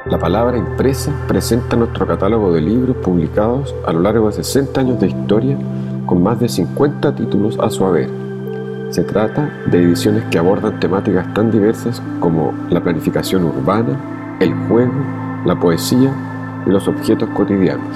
La palabra impresa presenta nuestro catálogo de libros publicados a lo largo de 60 años de historia con más de 50 títulos a su haber. Se trata de ediciones que abordan temáticas tan diversas como la planificación urbana, el juego, la poesía y los objetos cotidianos.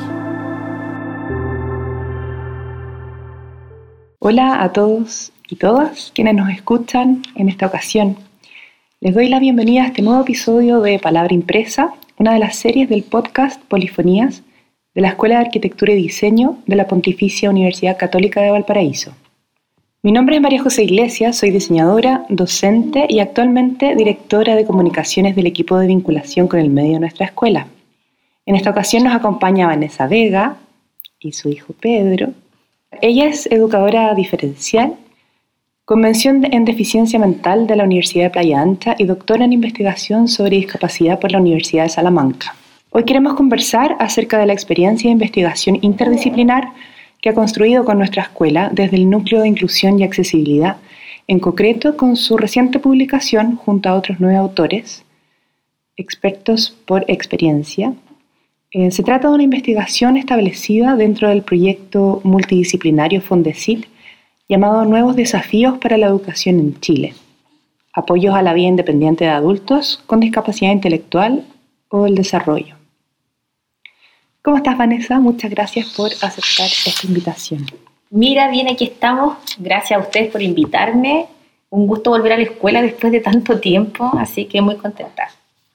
Hola a todos y todas quienes nos escuchan en esta ocasión. Les doy la bienvenida a este nuevo episodio de Palabra Impresa, una de las series del podcast Polifonías de la Escuela de Arquitectura y Diseño de la Pontificia Universidad Católica de Valparaíso. Mi nombre es María José Iglesias, soy diseñadora, docente y actualmente directora de comunicaciones del equipo de vinculación con el medio de nuestra escuela. En esta ocasión nos acompaña Vanessa Vega y su hijo Pedro. Ella es educadora diferencial, con mención en deficiencia mental de la Universidad de Playa Ancha y doctora en investigación sobre discapacidad por la Universidad de Salamanca. Hoy queremos conversar acerca de la experiencia de investigación interdisciplinar que ha construido con nuestra escuela desde el Núcleo de Inclusión y Accesibilidad, en concreto con su reciente publicación junto a otros 9 autores, expertos por experiencia. Se trata de una investigación establecida dentro del proyecto multidisciplinario Fondesit, llamado Nuevos Desafíos para la Educación en Chile, apoyos a la vida independiente de adultos con discapacidad intelectual o el desarrollo. ¿Cómo estás, Vanessa? Muchas gracias por aceptar esta invitación. Mira, bien, aquí estamos. Gracias a ustedes por invitarme. Un gusto volver a la escuela después de tanto tiempo, así que muy contenta.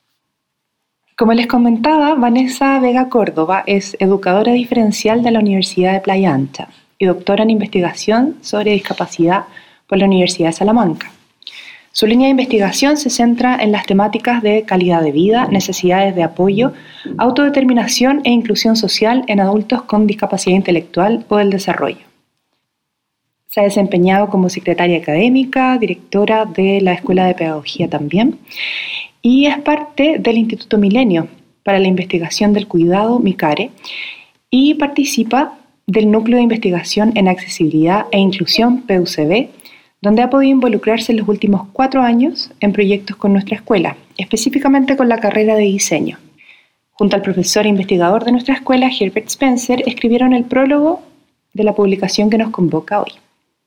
Como les comentaba, Vanessa Vega Córdoba es educadora diferencial de la Universidad de Playa Ancha y doctora en investigación sobre discapacidad por la Universidad de Salamanca. Su línea de investigación se centra en las temáticas de calidad de vida, necesidades de apoyo, autodeterminación e inclusión social en adultos con discapacidad intelectual o del desarrollo. Se ha desempeñado como secretaria académica, directora de la Escuela de Pedagogía también, y es parte del Instituto Milenio para la Investigación del Cuidado, MICARE, y participa del Núcleo de Investigación en Accesibilidad e Inclusión, PUCB, donde ha podido involucrarse en los últimos 4 años en proyectos con nuestra escuela, específicamente con la carrera de diseño. Junto al profesor e investigador de nuestra escuela, Herbert Spencer, escribieron el prólogo de la publicación que nos convoca hoy.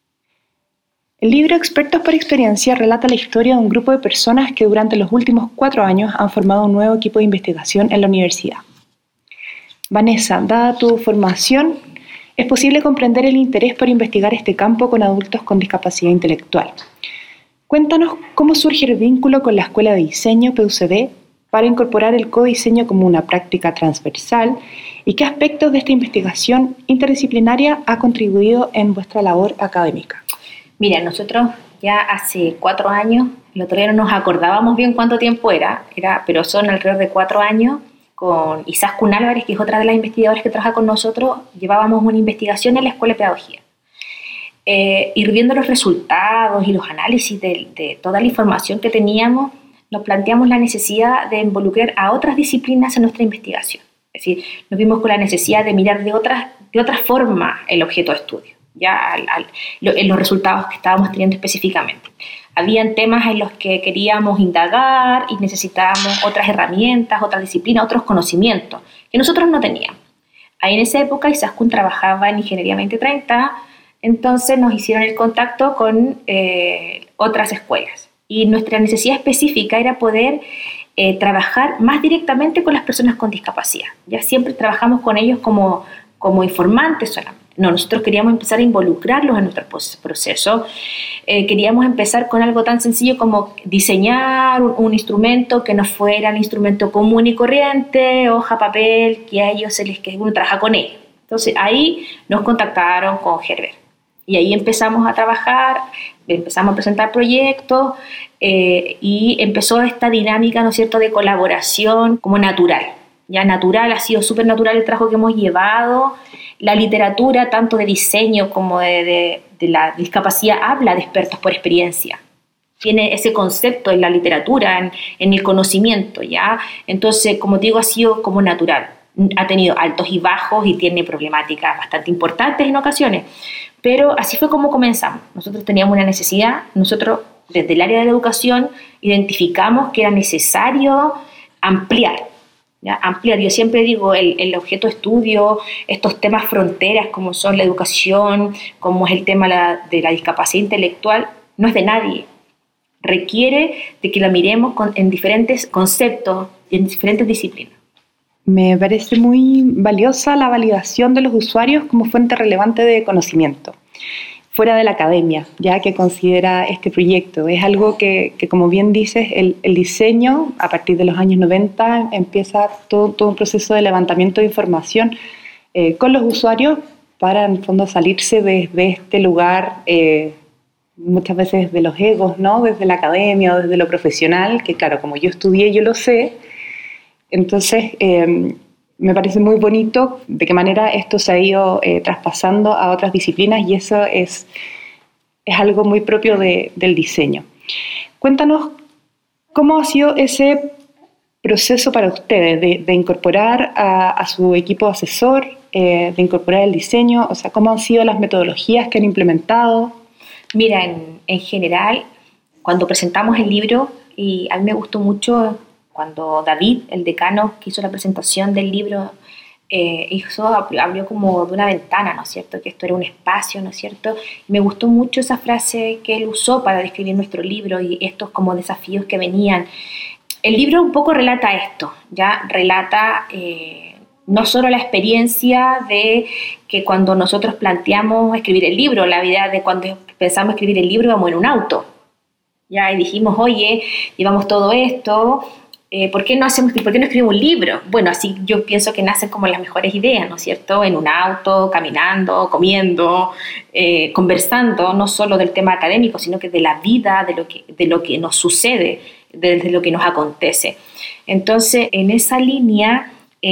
El libro Expertos por Experiencia relata la historia de un grupo de personas que durante los últimos 4 años han formado un nuevo equipo de investigación en la universidad. Vanessa, dada tu formación, es posible comprender el interés por investigar este campo con adultos con discapacidad intelectual. Cuéntanos cómo surge el vínculo con la Escuela de Diseño PUCB para incorporar el codiseño como una práctica transversal y qué aspectos de esta investigación interdisciplinaria ha contribuido en vuestra labor académica. Mira, nosotros ya hace 4 años, el otro día no nos acordábamos bien cuánto tiempo era, pero son alrededor de 4 años, con Izaskun Álvarez, que es otra de las investigadoras que trabaja con nosotros, llevábamos una investigación en la Escuela de Pedagogía. Ir viendo los resultados y los análisis de toda la información que teníamos, nos planteamos la necesidad de involucrar a otras disciplinas en nuestra investigación. Es decir, nos vimos con la necesidad de mirar de otra forma el objeto de estudio, ya en los resultados que estábamos teniendo específicamente. Habían temas en los que queríamos indagar y necesitábamos otras herramientas, otras disciplinas, otros conocimientos que nosotros no teníamos. Ahí en esa época Izaskun trabajaba en Ingeniería 2030, entonces nos hicieron el contacto con otras escuelas. Y nuestra necesidad específica era poder trabajar más directamente con las personas con discapacidad. Ya siempre trabajamos con ellos como informantes solamente. No, nosotros queríamos empezar a involucrarlos en nuestro proceso. Queríamos empezar con algo tan sencillo como diseñar un instrumento que no fuera un instrumento común y corriente, hoja, papel, que a ellos que uno trabaja con ellos. Entonces ahí nos contactaron con Herbert y ahí empezamos a trabajar, empezamos a presentar proyectos y empezó esta dinámica, ¿no es cierto?, de colaboración como natural. Ya natural, ha sido súper natural el trabajo que hemos llevado. La literatura, tanto de diseño como de la discapacidad, habla de expertos por experiencia. Tiene ese concepto en la literatura, en el conocimiento, ¿ya? Entonces, como te digo, ha sido como natural. Ha tenido altos y bajos y tiene problemáticas bastante importantes en ocasiones. Pero así fue como comenzamos. Nosotros teníamos una necesidad, nosotros desde el área de la educación identificamos que era necesario ampliar ¿ya? Ampliar. Yo siempre digo, el objeto de estudio, estos temas fronteras como son la educación, como es el tema de la discapacidad intelectual, no es de nadie. Requiere de que la miremos en diferentes conceptos y en diferentes disciplinas. Me parece muy valiosa la validación de los usuarios como fuente relevante de conocimiento, fuera de la academia, ya que considera este proyecto. Es algo que como bien dices, el diseño, a partir de los años 90, empieza todo un proceso de levantamiento de información con los usuarios para, en el fondo, salirse desde este lugar, muchas veces de los egos, ¿no? Desde la academia o desde lo profesional, que claro, como yo estudié, yo lo sé. Entonces, me parece muy bonito de qué manera esto se ha ido traspasando a otras disciplinas, y eso es algo muy propio del diseño. Cuéntanos cómo ha sido ese proceso para ustedes de incorporar a su equipo asesor, de incorporar el diseño, o sea, cómo han sido las metodologías que han implementado. Mira, en general, cuando presentamos el libro, y a mí me gustó mucho cuando David, el decano que hizo la presentación del libro, abrió como de una ventana, ¿no es cierto?, que esto era un espacio, ¿no es cierto? Y me gustó mucho esa frase que él usó para describir nuestro libro y estos como desafíos que venían. El libro un poco relata esto, ya relata no solo la experiencia de que cuando nosotros planteamos escribir el libro, la idea de cuando pensamos escribir el libro íbamos en un auto, ya, y dijimos, oye, llevamos todo esto, ¿por qué no escribimos un libro? Bueno, así yo pienso que nacen como las mejores ideas, ¿no es cierto? En un auto, caminando, comiendo, conversando, no solo del tema académico, sino que de la vida, de lo que nos sucede, de lo que nos acontece. Entonces, en esa línea,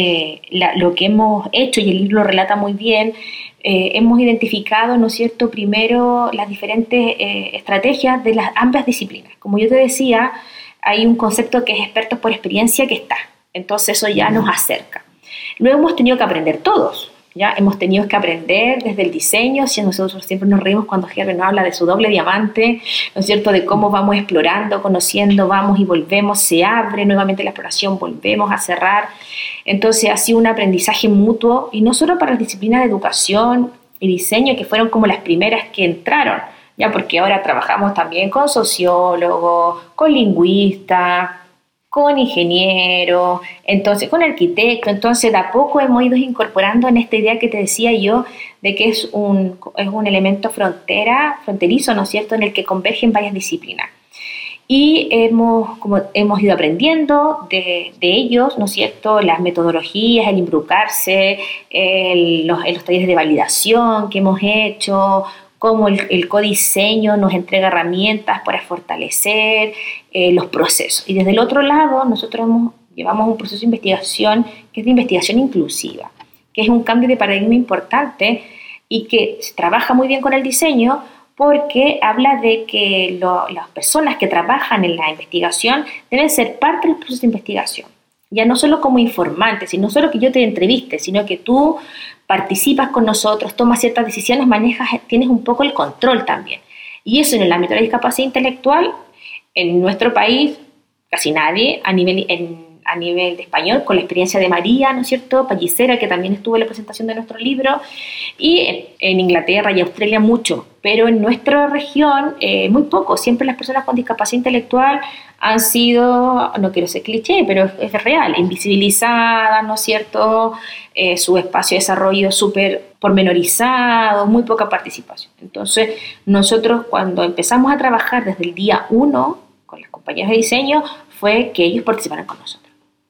lo que hemos hecho, y el libro lo relata muy bien, hemos identificado, ¿no es cierto?, primero las diferentes estrategias de las ambas disciplinas. Como yo te decía, hay un concepto que es expertos por experiencia que está, entonces eso ya nos acerca. Luego hemos tenido que aprender todos, ya hemos tenido que aprender desde el diseño, si nosotros siempre nos reímos cuando Henry nos habla de su doble diamante, ¿no es cierto?, de cómo vamos explorando, conociendo, vamos y volvemos, se abre nuevamente la exploración, volvemos a cerrar. Entonces ha sido un aprendizaje mutuo, y no solo para las disciplinas de educación y diseño, que fueron como las primeras que entraron, ya, porque ahora trabajamos también con sociólogos, con lingüistas, con ingenieros, entonces con arquitectos. Entonces de a poco hemos ido incorporando en esta idea que te decía yo, de que es un elemento fronterizo, ¿no es cierto?, en el que convergen varias disciplinas. Y hemos ido aprendiendo de ellos, ¿no es cierto?, las metodologías, el involucrarse, los talleres de validación que hemos hecho, cómo el codiseño nos entrega herramientas para fortalecer los procesos. Y desde el otro lado, nosotros llevamos un proceso de investigación que es de investigación inclusiva, que es un cambio de paradigma importante y que se trabaja muy bien con el diseño, porque habla de que las personas que trabajan en la investigación deben ser parte del proceso de investigación. Ya no solo como informantes, sino solo que yo te entreviste, sino que tú participas con nosotros, tomas ciertas decisiones, tienes un poco el control también. Y eso en el ámbito de la discapacidad intelectual, en nuestro país, casi nadie, a nivel de español, con la experiencia de María, ¿no es cierto?, Pallicera, que también estuvo en la presentación de nuestro libro, y en Inglaterra y Australia mucho, pero en nuestra región muy poco. Siempre las personas con discapacidad intelectual han sido, no quiero ser cliché, pero es real, invisibilizadas, ¿no es cierto?, su espacio de desarrollo súper pormenorizado, muy poca participación. Entonces, nosotros cuando empezamos a trabajar desde el día 1 con las compañías de diseño, fue que ellos participaran con nosotros.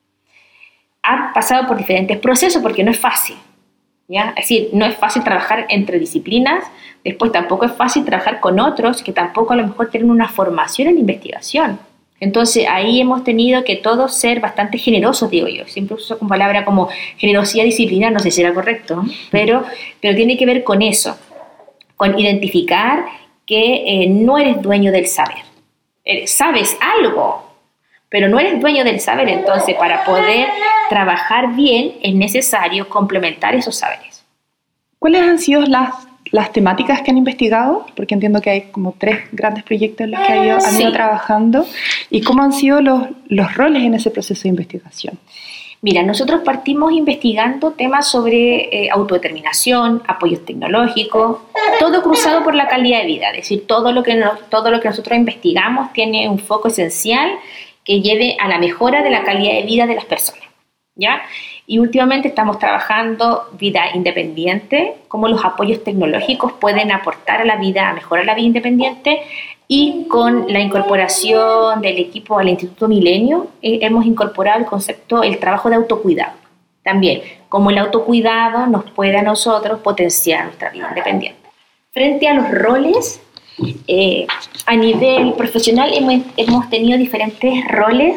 Han pasado por diferentes procesos porque no es fácil, ¿ya? Es decir, no es fácil trabajar entre disciplinas, después tampoco es fácil trabajar con otros que tampoco a lo mejor tienen una formación en investigación. Entonces ahí hemos tenido que todos ser bastante generosos, digo yo. Siempre uso con palabra como generosidad disciplinar, no sé si era correcto, pero tiene que ver con eso, con identificar que no eres dueño del saber. Sabes algo, pero no eres dueño del saber. Entonces, para poder trabajar bien es necesario complementar esos saberes. ¿Cuáles han sido las temáticas que han investigado? Porque entiendo que hay como 3 grandes proyectos en los que han ido trabajando. ¿Y cómo han sido los roles en ese proceso de investigación? Mira, nosotros partimos investigando temas sobre autodeterminación, apoyos tecnológicos, todo cruzado por la calidad de vida, es decir, todo lo que nosotros investigamos tiene un foco esencial que lleve a la mejora de la calidad de vida de las personas, ¿ya? Y últimamente estamos trabajando vida independiente, cómo los apoyos tecnológicos pueden aportar a la vida, a mejorar la vida independiente, y con la incorporación del equipo al Instituto Milenio hemos incorporado el concepto, el trabajo de autocuidado. También, cómo el autocuidado nos puede a nosotros potenciar nuestra vida independiente. Frente a los roles, a nivel profesional hemos tenido diferentes roles.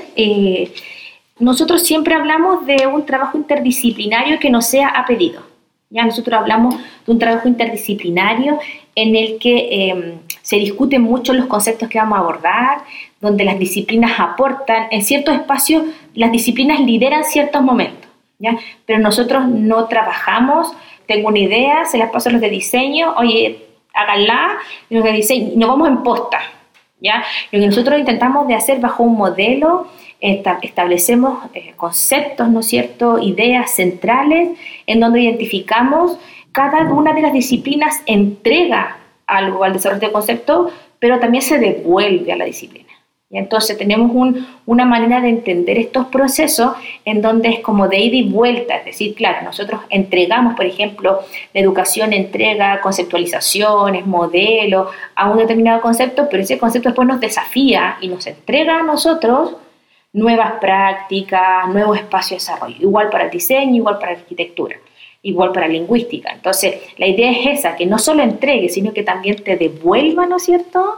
Nosotros siempre hablamos de un trabajo interdisciplinario que no sea a pedido. Ya nosotros hablamos de un trabajo interdisciplinario en el que se discuten mucho los conceptos que vamos a abordar, donde las disciplinas aportan. En ciertos espacios las disciplinas lideran ciertos momentos, ¿ya? Pero nosotros no trabajamos, tengo una idea, se las paso a los de diseño, oye, háganla, y los de diseño, y nos vamos en posta, ¿ya? Lo que nosotros intentamos de hacer bajo un modelo, establecemos conceptos, ¿no es cierto?, ideas centrales, en donde identificamos cada una de las disciplinas entrega algo al desarrollo del concepto, pero también se devuelve a la disciplina. Y entonces tenemos una manera de entender estos procesos en donde es como de ida y vuelta, es decir, claro, nosotros entregamos, por ejemplo, la educación entrega conceptualizaciones, modelos a un determinado concepto, pero ese concepto después nos desafía y nos entrega a nosotros nuevas prácticas, nuevos espacios de desarrollo, igual para el diseño, igual para la arquitectura, igual para la lingüística. Entonces, la idea es esa, que no solo entregue, sino que también te devuelva, ¿no es cierto?,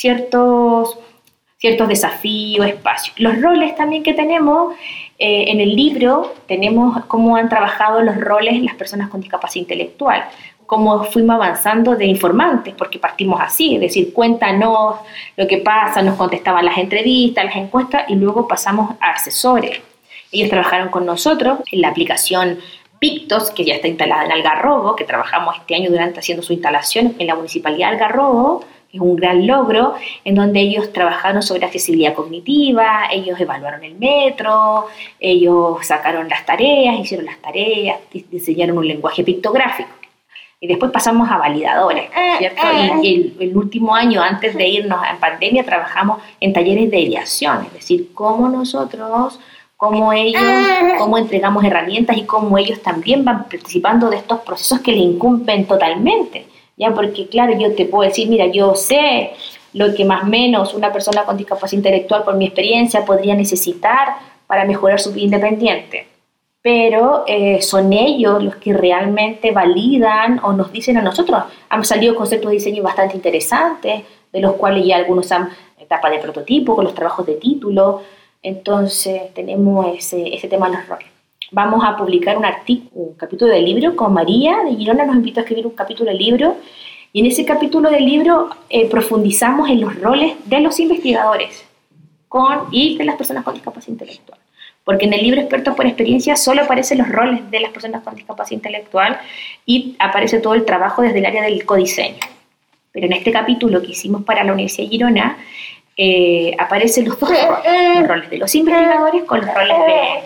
ciertos desafíos, espacios. Los roles también que tenemos, en el libro tenemos cómo han trabajado los roles las personas con discapacidad intelectual, cómo fuimos avanzando de informantes, porque partimos así, es decir, cuéntanos lo que pasa, nos contestaban las entrevistas, las encuestas, y luego pasamos a asesores. Ellos trabajaron con nosotros en la aplicación Pictos, que ya está instalada en Algarrobo, que trabajamos este año durante haciendo su instalación en la Municipalidad de Algarrobo, que es un gran logro, en donde ellos trabajaron sobre accesibilidad cognitiva, ellos evaluaron el metro, ellos sacaron las tareas, hicieron las tareas, diseñaron un lenguaje pictográfico. Y después pasamos a validadores, ¿cierto? Y el último año, antes de irnos en pandemia, trabajamos en talleres de ideación, es decir, cómo nosotros, cómo entregamos herramientas y cómo ellos también van participando de estos procesos que les incumben totalmente, ¿ya? Porque, claro, yo te puedo decir, mira, yo sé lo que más o menos una persona con discapacidad intelectual, por mi experiencia, podría necesitar para mejorar su vida independiente. Pero son ellos los que realmente validan o nos dicen a nosotros. Han salido conceptos de diseño bastante interesantes, de los cuales ya algunos han etapa de prototipo, con los trabajos de título. Entonces tenemos ese tema de los roles. Vamos a publicar un capítulo del libro con María de Girona, nos invitó a escribir un capítulo del libro, y en ese capítulo del libro profundizamos en los roles de los investigadores y de las personas con discapacidad intelectual. Porque en el libro Expertos por Experiencia solo aparecen los roles de las personas con discapacidad intelectual y aparece todo el trabajo desde el área del codiseño. Pero en este capítulo que hicimos para la Universidad de Girona, aparecen los dos roles, los roles de los investigadores con los roles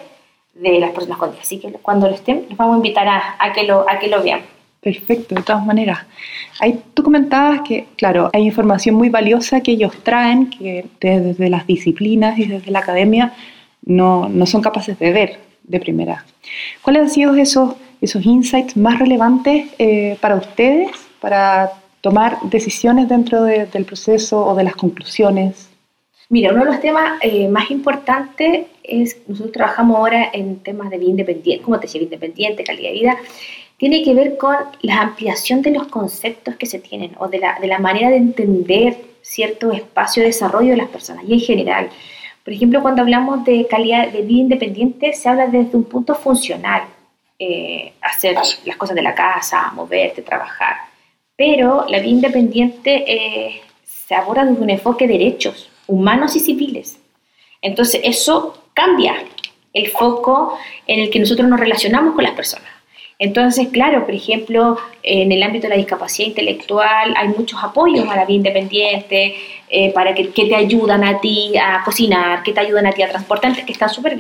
de las personas con discapacidad. Así que cuando lo estén, les vamos a invitar a que lo vean. Perfecto, de todas maneras. Tú comentabas que, claro, hay información muy valiosa que ellos traen, que desde las disciplinas y desde la academia no son capaces de ver de primera. ¿Cuáles han sido esos insights más relevantes para ustedes, para tomar decisiones dentro del proceso o de las conclusiones? Mira, uno de los temas más importantes es, nosotros trabajamos ahora en temas de vida independiente, como te decía, vida independiente, calidad de vida, tiene que ver con la ampliación de los conceptos que se tienen o de la manera de entender cierto espacio de desarrollo de las personas y en general. Por ejemplo, cuando hablamos de calidad de vida independiente, se habla desde un punto funcional, hacer las cosas de la casa, moverte, trabajar. Pero la vida independiente se aborda desde un enfoque de derechos humanos y civiles. Entonces, eso cambia el foco en el que nosotros nos relacionamos con las personas. Entonces, claro, por ejemplo, en el ámbito de la discapacidad intelectual hay muchos apoyos a la vida independiente, para que te ayudan a ti a cocinar, que te ayudan a ti a transportarte, que está súper bien.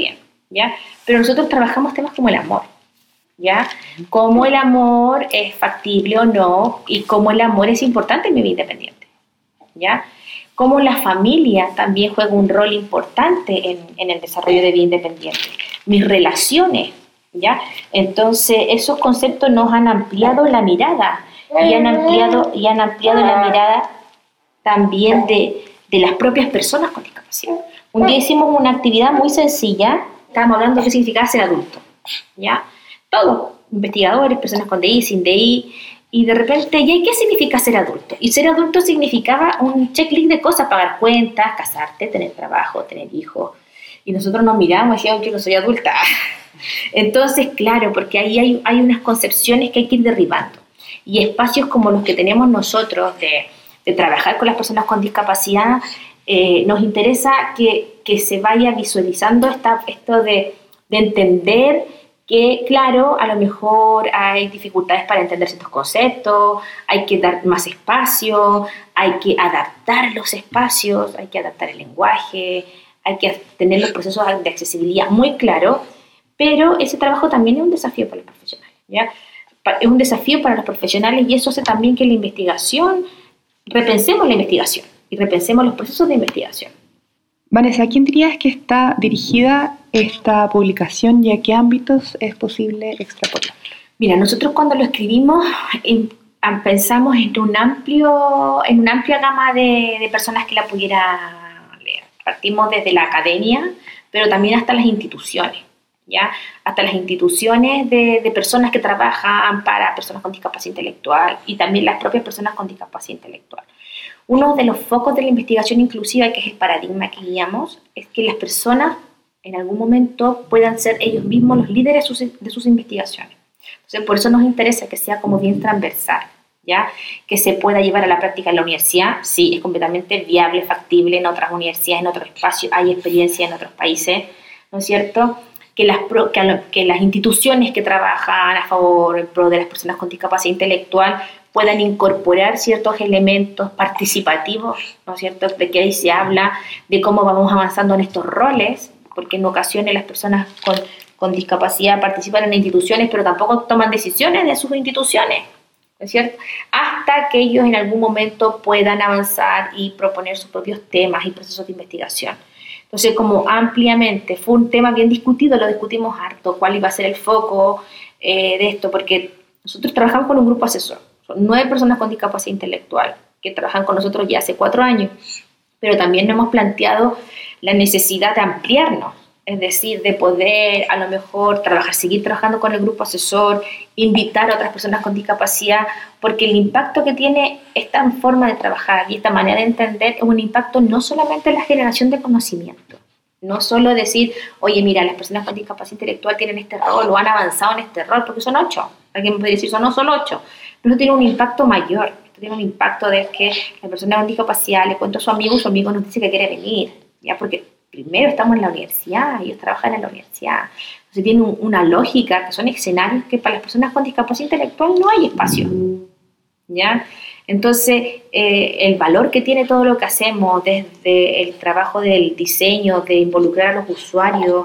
¿ya? Pero nosotros trabajamos temas como el amor, ¿ya? Cómo el amor es factible o no y cómo el amor es importante en mi vida independiente, ¿ya? Cómo la familia también juega un rol importante en el desarrollo de vida independiente. Mis relaciones, ¿ya? Entonces, esos conceptos nos han ampliado la mirada y han ampliado la mirada también de las propias personas con discapacidad. Un día hicimos una actividad muy sencilla, estábamos hablando de qué significaba ser adulto, ¿ya? Todos, investigadores, personas con DI, sin DI, y de repente, ¿y qué significa ser adulto? Y ser adulto significaba un checklist de cosas, pagar cuentas, casarte, tener trabajo, tener hijos. Y nosotros nos mirábamos y decíamos, yo no soy adulta. Entonces, claro, porque ahí hay unas concepciones que hay que ir derribando. Y espacios como los que tenemos nosotros de trabajar con las personas con discapacidad, nos interesa que se vaya visualizando esto de entender que, claro, a lo mejor hay dificultades para entender ciertos conceptos, hay que dar más espacio, hay que adaptar los espacios, hay que adaptar el lenguaje, hay que tener los procesos de accesibilidad muy claros, pero ese trabajo también es un desafío para los profesionales, ¿ya? Es un desafío para los profesionales y eso hace también que la investigación, repensemos la investigación y repensemos los procesos de investigación. Vanessa, ¿a quién dirías que está dirigida esta publicación y a qué ámbitos es posible extrapolar? Mira, nosotros cuando lo escribimos pensamos en una amplia gama de personas que la pudiera leer. Partimos desde la academia, pero también hasta las instituciones, ¿ya? Hasta las instituciones de personas que trabajan para personas con discapacidad intelectual y también las propias personas con discapacidad intelectual. Uno de los focos de la investigación inclusiva, que es el paradigma que guiamos, es que las personas en algún momento puedan ser ellos mismos los líderes de sus investigaciones. Entonces, por eso nos interesa que sea como bien transversal, ¿ya? Que se pueda llevar a la práctica en la universidad. Sí, es completamente viable, factible en otras universidades, en otros espacios, hay experiencia en otros países, ¿no es cierto? Que las instituciones que trabajan a favor, en pro de las personas con discapacidad intelectual puedan incorporar ciertos elementos participativos, ¿no es cierto?, de que ahí se habla de cómo vamos avanzando en estos roles, porque en ocasiones las personas con discapacidad participan en instituciones, pero tampoco toman decisiones de sus instituciones, ¿no es cierto?, hasta que ellos en algún momento puedan avanzar y proponer sus propios temas y procesos de investigación. Entonces, como ampliamente, fue un tema bien discutido, lo discutimos harto, cuál iba a ser el foco de esto, porque nosotros trabajamos con un grupo asesor. Son 9 personas con discapacidad intelectual que trabajan con nosotros ya hace 4 años, pero también nos hemos planteado la necesidad de ampliarnos, es decir, de poder a lo mejor seguir trabajando con el grupo asesor, invitar a otras personas con discapacidad, porque el impacto que tiene esta forma de trabajar y esta manera de entender es un impacto no solamente en la generación de conocimiento, no solo decir, oye, mira, las personas con discapacidad intelectual tienen este rol o han avanzado en este rol, porque son 8. Alguien me puede decir, son solo 8. Pero tiene un impacto mayor. Esto tiene un impacto de que la persona con discapacidad le cuenta a su amigo nos dice que quiere venir, ¿ya? Porque primero estamos en la universidad, ellos trabajan en la universidad. Entonces tiene una lógica, que son escenarios que para las personas con discapacidad intelectual no hay espacio, ¿ya? Entonces, el valor que tiene todo lo que hacemos, desde el trabajo del diseño, de involucrar a los usuarios,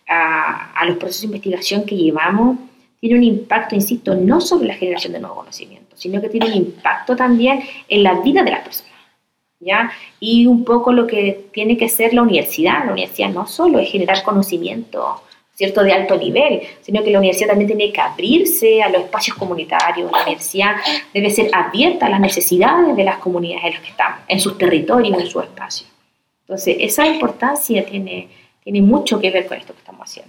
a los procesos de investigación que llevamos, tiene un impacto, insisto, no sobre la generación de nuevo conocimiento, sino que tiene un impacto también en la vida de las personas, ¿ya? Y un poco lo que tiene que ser la universidad. La universidad no solo es generar conocimiento, ¿cierto?, de alto nivel, sino que la universidad también tiene que abrirse a los espacios comunitarios. La universidad debe ser abierta a las necesidades de las comunidades en las que estamos, en sus territorios, en su espacio. Entonces, esa importancia tiene mucho que ver con esto que estamos haciendo.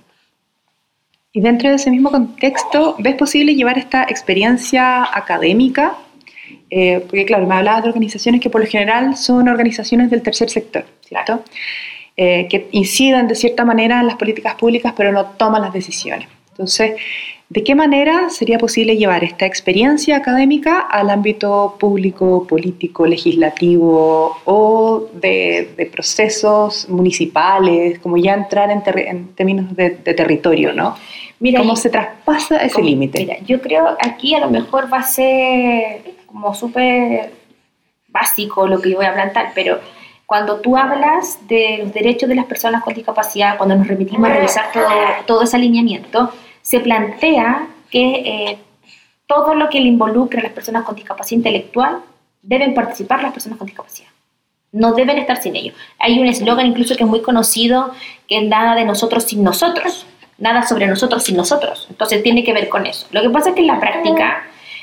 Y dentro de ese mismo contexto, ¿ves posible llevar esta experiencia académica? Porque claro, me hablabas de organizaciones que por lo general son organizaciones del tercer sector, ¿cierto? Que inciden de cierta manera en las políticas públicas, pero no toman las decisiones. Entonces, ¿de qué manera sería posible llevar esta experiencia académica al ámbito público, político, legislativo o de procesos municipales, como ya entrar en términos de territorio, ¿no? Mira, ¿cómo se traspasa ese límite? Mira, yo creo aquí a lo mejor va a ser como súper básico lo que yo voy a plantear, pero cuando tú hablas de los derechos de las personas con discapacidad, cuando nos remitimos a revisar todo ese alineamiento, se plantea que todo lo que le involucra a las personas con discapacidad intelectual deben participar las personas con discapacidad. No deben estar sin ellos. Hay un eslogan incluso que es muy conocido, que es nada de nosotros sin nosotros, nada sobre nosotros sin nosotros. Entonces tiene que ver con eso. Lo que pasa es que en la práctica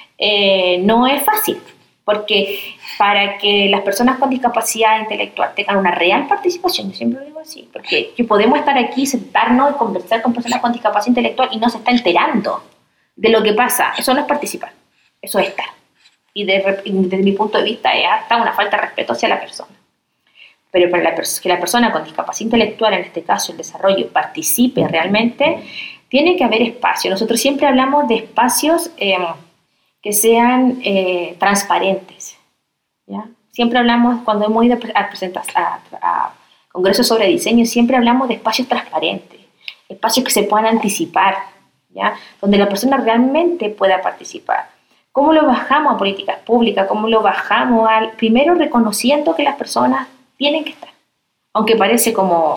no es fácil, porque para que las personas con discapacidad intelectual tengan una real participación, yo siempre lo digo así, porque podemos estar aquí, sentarnos y conversar con personas con discapacidad intelectual y no se está enterando de lo que pasa. Eso no es participar, eso es estar. Y desde mi punto de vista es hasta una falta de respeto hacia la persona. Pero para que la persona con discapacidad intelectual, en este caso el desarrollo, participe realmente, tiene que haber espacio. Nosotros siempre hablamos de espacios que sean transparentes, ¿ya? Siempre hablamos, cuando hemos ido a congresos sobre diseño, siempre hablamos de espacios transparentes, espacios que se puedan anticipar, ¿ya? Donde la persona realmente pueda participar. ¿Cómo lo bajamos a políticas públicas? ¿Cómo lo bajamos primero reconociendo que las personas tienen que estar? Aunque parece como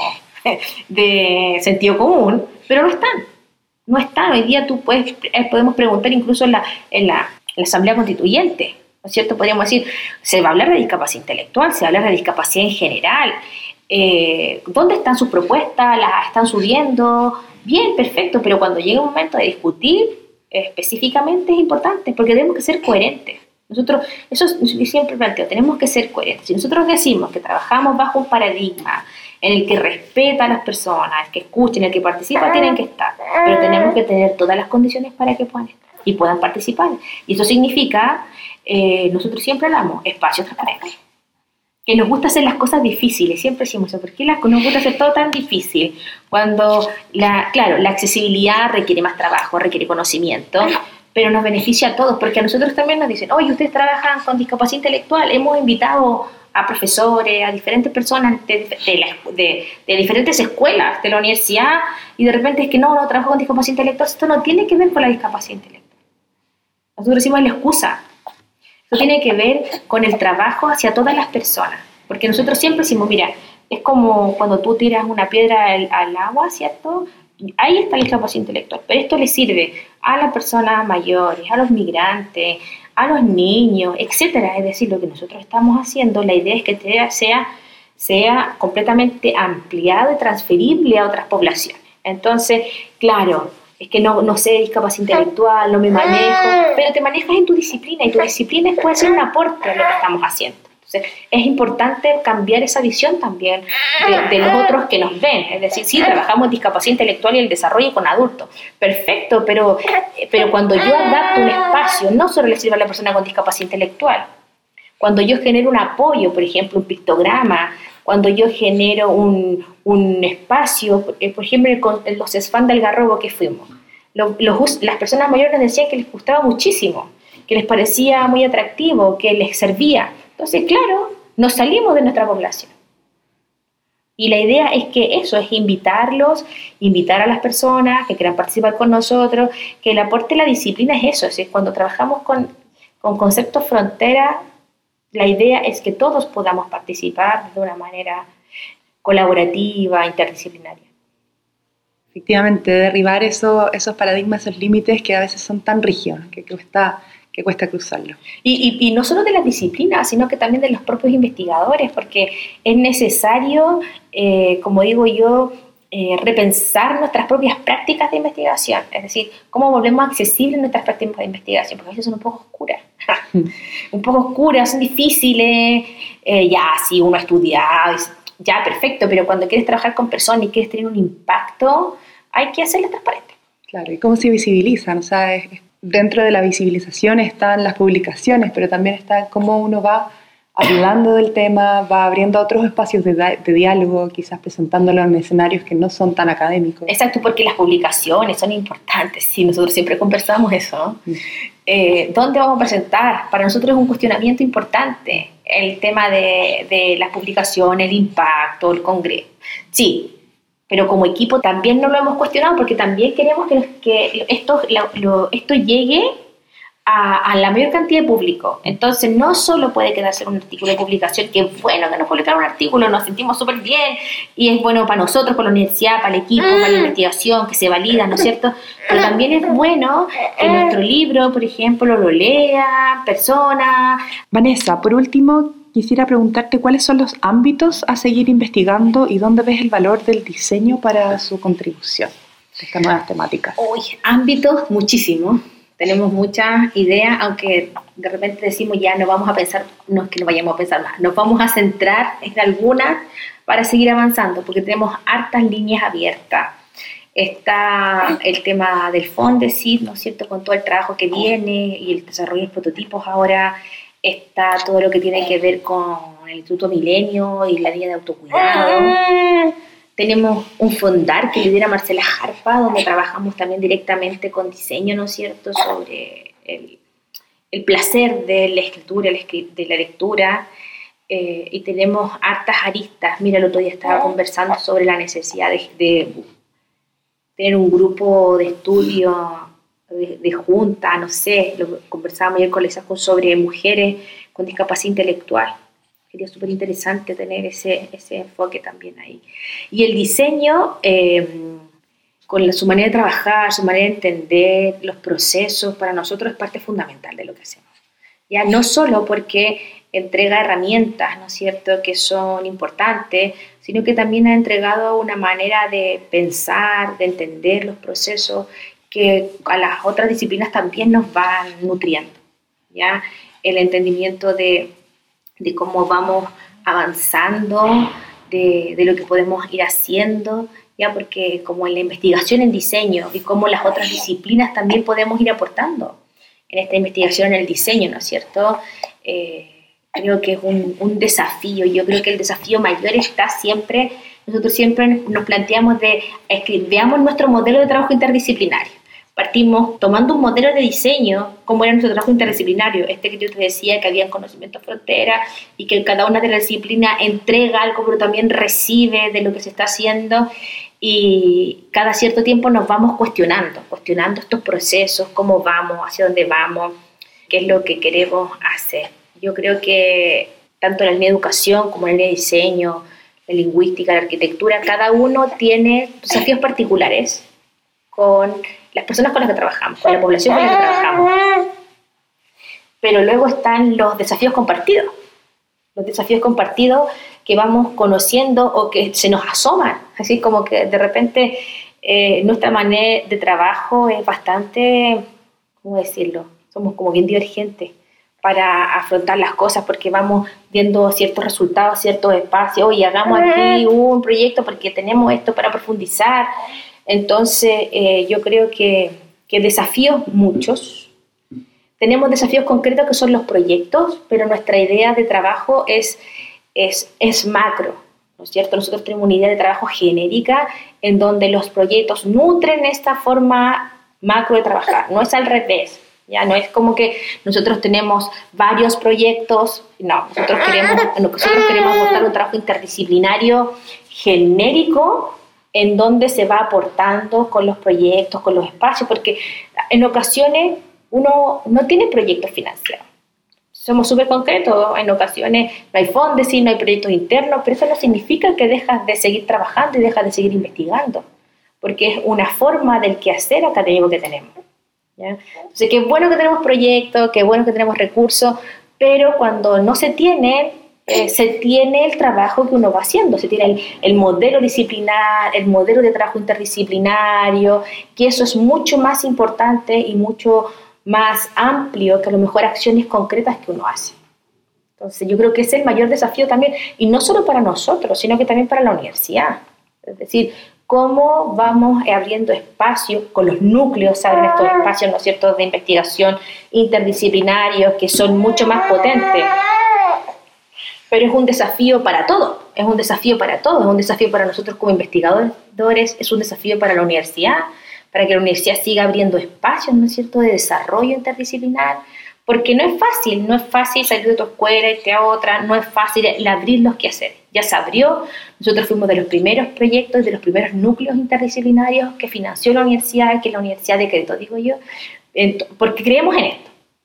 de sentido común, pero no están. No están. Hoy día podemos preguntar incluso en la Asamblea Constituyente, ¿no es cierto? Podríamos decir, se va a hablar de discapacidad intelectual, se va a hablar de discapacidad en general. ¿Dónde están sus propuestas? ¿Las están subiendo? Bien, perfecto, pero cuando llega un momento de discutir específicamente es importante, porque tenemos que ser coherentes. Nosotros, eso yo siempre planteo, tenemos que ser coherentes. Si nosotros decimos que trabajamos bajo un paradigma en el que respeta a las personas, el que escuchen, el que participa, tienen que estar, pero tenemos que tener todas las condiciones para que puedan estar y puedan participar. Y eso significa, nosotros siempre hablamos, espacios transparentes. Que nos gusta hacer las cosas difíciles, siempre decimos eso, ¿por qué nos gusta hacer todo tan difícil? Cuando, la accesibilidad requiere más trabajo, requiere conocimiento, pero nos beneficia a todos, porque a nosotros también nos dicen, oye, ustedes trabajan con discapacidad intelectual, hemos invitado a profesores, a diferentes personas de diferentes escuelas de la universidad, y de repente es que no trabajo con discapacidad intelectual. Esto no tiene que ver con la discapacidad intelectual. Nosotros decimos la excusa. Esto tiene que ver con el trabajo hacia todas las personas, porque nosotros siempre decimos, mira, es como cuando tú tiras una piedra al agua, ¿cierto? Ahí está la discapacidad intelectual, pero esto le sirve a las personas mayores, a los migrantes, a los niños, etcétera. Es decir, lo que nosotros estamos haciendo, la idea es que sea completamente ampliado y transferible a otras poblaciones. Entonces, claro, es que no sé discapacidad intelectual, no me manejo, pero te manejas en tu disciplina, y tu disciplina puede ser un aporte a lo que estamos haciendo. Entonces, es importante cambiar esa visión también de los otros que nos ven. Es decir, sí, trabajamos en discapacidad intelectual y el desarrollo con adultos. Perfecto, pero cuando yo adapto un espacio, no solo le sirve a la persona con discapacidad intelectual. Cuando yo genero un apoyo, por ejemplo, un pictograma, cuando yo genero un espacio, por ejemplo, en los SFAN del Algarrobo que fuimos, las personas mayores nos decían que les gustaba muchísimo, que les parecía muy atractivo, que les servía. Entonces, claro, nos salimos de nuestra población. Y la idea es que eso, es invitar a las personas que quieran participar con nosotros, que el aporte de la disciplina es eso, es decir, cuando trabajamos con conceptos frontera, la idea es que todos podamos participar de una manera colaborativa, interdisciplinaria. Efectivamente, derribar esos paradigmas, esos límites que a veces son tan rígidos, que cuesta cruzarlos. Y no solo de las disciplinas, sino que también de los propios investigadores, porque es necesario, como digo yo, repensar nuestras propias prácticas de investigación, es decir, cómo volvemos accesibles nuestras prácticas de investigación, porque a veces son un poco oscuras, son difíciles, ya, si uno ha estudiado, ya, perfecto, pero cuando quieres trabajar con personas y quieres tener un impacto, hay que hacerlo transparente. Claro, y cómo se visibilizan, o sea, dentro de la visibilización están las publicaciones, pero también está cómo uno va hablando del tema, va abriendo otros espacios de diálogo, quizás presentándolo en escenarios que no son tan académicos. Exacto, porque las publicaciones son importantes, sí, nosotros siempre conversamos eso, ¿no? ¿Dónde vamos a presentar? Para nosotros es un cuestionamiento importante el tema de las publicaciones, el impacto, el congreso. Sí, pero como equipo también no lo hemos cuestionado, porque también queremos que esto llegue a la mayor cantidad de público. Entonces, no solo puede quedarse en un artículo de publicación, que es bueno que nos publicaron un artículo, nos sentimos súper bien, y es bueno para nosotros, para la universidad, para el equipo, para la investigación, que se valida, ¿no es cierto? Pero también es bueno que nuestro libro, por ejemplo, lo lea personas. Vanessa, por último, quisiera preguntarte cuáles son los ámbitos a seguir investigando y dónde ves el valor del diseño para su contribución a estas nuevas temáticas. Uy, ámbitos muchísimos. Tenemos muchas ideas, aunque de repente decimos ya no vamos a pensar, no es que no vayamos a pensar más, nos vamos a centrar en algunas para seguir avanzando, porque tenemos hartas líneas abiertas. Está el tema del Fondesit, ¿no es cierto?, con todo el trabajo que viene y el desarrollo de prototipos ahora. Está todo lo que tiene que ver con el Instituto Milenio y la línea de autocuidado. Tenemos un fondar que lidera Marcela Jarpa, donde trabajamos también directamente con diseño, ¿no es cierto?, sobre el placer de la escritura, de la lectura, y tenemos hartas aristas. Mira, el otro día estaba conversando sobre la necesidad de tener un grupo de estudio, de junta, no sé, lo conversábamos ayer con la ISACUN sobre mujeres con discapacidad intelectual. Sería súper interesante tener ese enfoque también ahí. Y el diseño, con su manera de trabajar, su manera de entender los procesos, para nosotros es parte fundamental de lo que hacemos. Ya no solo porque entrega herramientas, ¿no es cierto?, que son importantes, sino que también ha entregado una manera de pensar, de entender los procesos que a las otras disciplinas también nos van nutriendo. ¿Ya? El entendimiento de cómo vamos avanzando, de lo que podemos ir haciendo, ya, porque como en la investigación en diseño y como las otras disciplinas también podemos ir aportando en esta investigación en el diseño, ¿no es cierto? Creo que es un desafío. Yo creo que el desafío mayor está siempre, nosotros siempre nos planteamos veamos nuestro modelo de trabajo interdisciplinario. Partimos tomando un modelo de diseño, como era nuestro trabajo interdisciplinario, que yo te decía que había conocimiento frontera y que cada una de las disciplinas entrega algo, pero también recibe de lo que se está haciendo, y cada cierto tiempo nos vamos cuestionando estos procesos, cómo vamos, hacia dónde vamos, qué es lo que queremos hacer. Yo creo que tanto en la línea de educación como en la línea de diseño, la lingüística, la arquitectura, cada uno tiene desafíos particulares con las personas con las que trabajamos, con la población con la que trabajamos. Pero luego están los desafíos compartidos que vamos conociendo o que se nos asoman, así como que de repente nuestra manera de trabajo es bastante, ¿cómo decirlo?, somos como bien divergentes para afrontar las cosas, porque vamos viendo ciertos resultados, ciertos espacios, y hagamos aquí un proyecto porque tenemos esto para profundizar. Entonces, yo creo que desafíos muchos. Tenemos desafíos concretos que son los proyectos, pero nuestra idea de trabajo es macro, ¿no es cierto? Nosotros tenemos una idea de trabajo genérica en donde los proyectos nutren esta forma macro de trabajar. No es al revés, ya no es como que nosotros tenemos varios proyectos. No, nosotros queremos abordar un trabajo interdisciplinario genérico, en donde se va aportando con los proyectos, con los espacios, porque en ocasiones uno no tiene proyectos financiados. Somos súper concretos, en ocasiones no hay fondos, no hay proyectos internos, pero eso no significa que dejas de seguir trabajando y dejas de seguir investigando, porque es una forma del quehacer académico que tenemos. ¿Ya? Entonces, qué bueno que tenemos proyectos, qué bueno que tenemos recursos, pero cuando no se tiene el trabajo que uno va haciendo, se tiene el modelo disciplinar, el modelo de trabajo interdisciplinario, que eso es mucho más importante y mucho más amplio que a lo mejor acciones concretas que uno hace. Entonces yo creo que ese es el mayor desafío también, y no solo para nosotros, sino que también para la universidad. Es decir, cómo vamos abriendo espacios con los núcleos, ¿saben? Estos espacios, ¿no es cierto?, de investigación interdisciplinarios que son mucho más potentes. Pero es un desafío para todos, es un desafío para nosotros como investigadores, es un desafío para la universidad, para que la universidad siga abriendo espacios, ¿no es cierto?, de desarrollo interdisciplinar, porque no es fácil salir de tu escuela, irte a otra, no es fácil abrir los quehaceres. Ya se abrió, nosotros fuimos de los primeros proyectos, de los primeros núcleos interdisciplinarios que financió la universidad, que es la Universidad de Querétaro, digo yo, porque creemos en esto.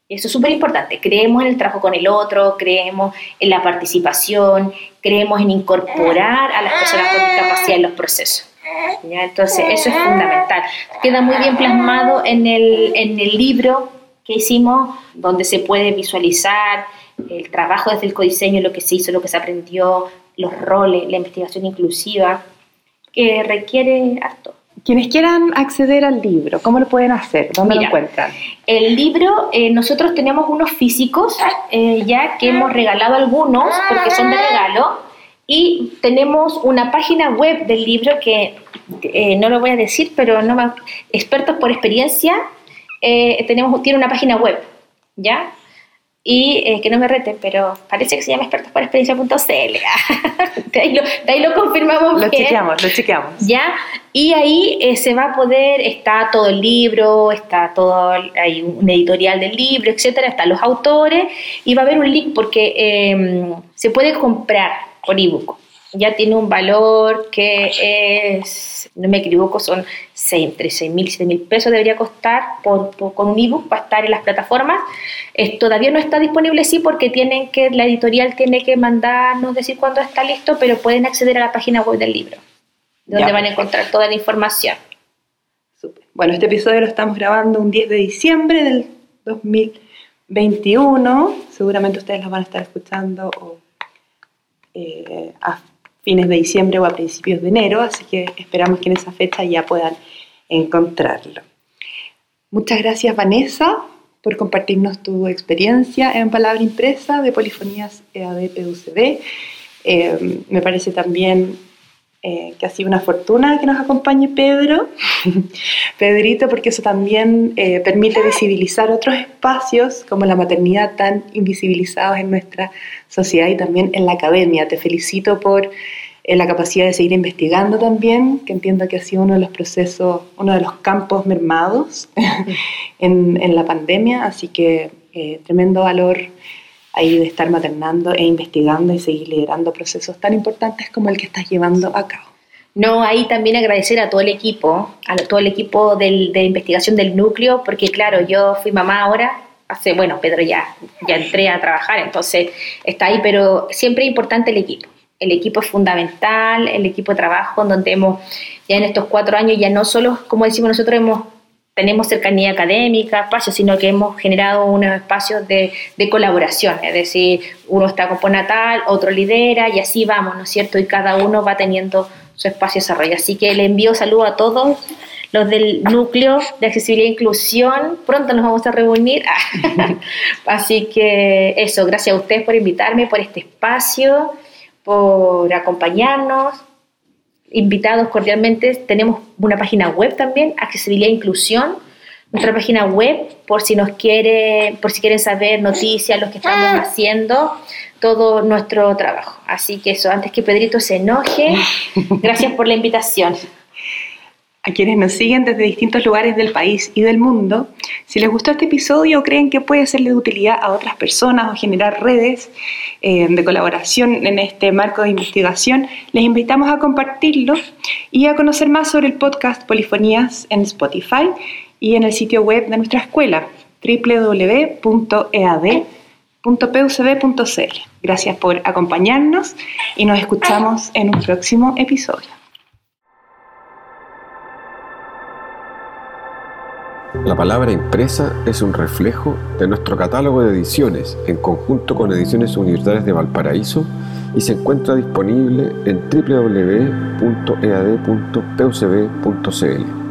Eso es súper importante. Creemos en el trabajo con el otro, creemos en la participación, creemos en incorporar a las personas con discapacidad en los procesos. ¿Ya? Entonces, eso es fundamental. Queda muy bien plasmado en el libro que hicimos, donde se puede visualizar el trabajo desde el codiseño, lo que se hizo, lo que se aprendió, los roles, la investigación inclusiva, que requiere harto. Quienes quieran acceder al libro, ¿cómo lo pueden hacer? ¿Dónde lo encuentran? El libro, nosotros tenemos unos físicos, ya que hemos regalado algunos, porque son de regalo, y tenemos una página web del libro que no lo voy a decir, pero expertos por experiencia, tiene una página web, ¿ya? Y que no me reten, pero parece que se llama expertosporexperiencia.cl. de ahí lo confirmamos. Lo chequeamos. ¿Ya? Y ahí se va a poder, está todo el libro, hay un editorial del libro, etcétera, están los autores, y va a haber un link porque se puede comprar por ebook. Ya tiene un valor que es, no me equivoco, son entre 6.000 y 7.000 pesos debería costar con un ebook para estar en las plataformas. Todavía no está disponible, sí, porque la editorial tiene que mandarnos decir cuándo está listo, pero pueden acceder a la página web del libro, donde van a encontrar toda la información. Super. Bueno, este episodio lo estamos grabando un 10 de diciembre del 2021. Seguramente ustedes lo van a estar escuchando a fines de diciembre o a principios de enero, así que esperamos que en esa fecha ya puedan encontrarlo. Muchas gracias, Vanessa, por compartirnos tu experiencia en palabra impresa de Polifonías EAD PUCD. Me parece también que ha sido una fortuna que nos acompañe Pedrito, porque eso también permite visibilizar otros espacios como la maternidad tan invisibilizados en nuestra sociedad y también en la academia. Te felicito por la capacidad de seguir investigando también, que entiendo que ha sido uno de los procesos, uno de los campos mermados en la pandemia, así que tremendo valor ahí de estar maternando e investigando y seguir liderando procesos tan importantes como el que estás llevando a cabo. No, ahí también agradecer a todo el equipo, de investigación del núcleo, porque claro, yo fui mamá ahora, Pedro ya entré a trabajar, entonces está ahí, pero siempre es importante el equipo. El equipo es fundamental, el equipo de trabajo, donde ya en estos 4 años, ya no solo, como decimos nosotros, tenemos cercanía académica, espacios, sino que hemos generado unos espacios de colaboración, es decir, uno está con postnatal, otro lidera, y así vamos, ¿no es cierto? Y cada uno va teniendo su espacio de desarrollo. Así que le envío saludos a todos los del núcleo de accesibilidad e inclusión. Pronto nos vamos a reunir. Así que eso, gracias a ustedes por invitarme, por este espacio, por acompañarnos. Invitados cordialmente. Tenemos una página web también, Accesibilidad e Inclusión. Nuestra página web, por si quieren saber noticias, lo que estamos haciendo, todo nuestro trabajo. Así que eso, antes que Pedrito se enoje, gracias por la invitación. A quienes nos siguen desde distintos lugares del país y del mundo, si les gustó este episodio o creen que puede serle de utilidad a otras personas o generar redes de colaboración en este marco de investigación, les invitamos a compartirlo y a conocer más sobre el podcast Polifonías en Spotify y en el sitio web de nuestra escuela, www.ead.pucb.cl. Gracias por acompañarnos y nos escuchamos en un próximo episodio. La palabra impresa es un reflejo de nuestro catálogo de ediciones en conjunto con Ediciones Universitarias de Valparaíso y se encuentra disponible en www.ead.pucb.cl.